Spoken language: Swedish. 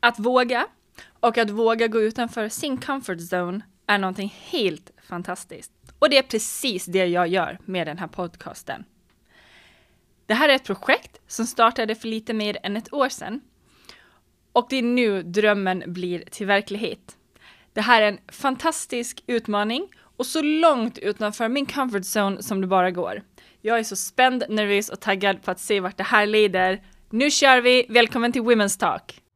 Att våga och att våga gå utanför sin comfort zone är någonting helt fantastiskt. Och det är precis det jag gör med den här podcasten. Det här är ett projekt som startade för lite mer än ett år sedan. Och det är nu drömmen blir till verklighet. Det här är en fantastisk utmaning och så långt utanför min comfort zone som det bara går. Jag är så spänd, nervös och taggad på att se vart det här leder. Nu kör vi! Välkommen till Women's Talk!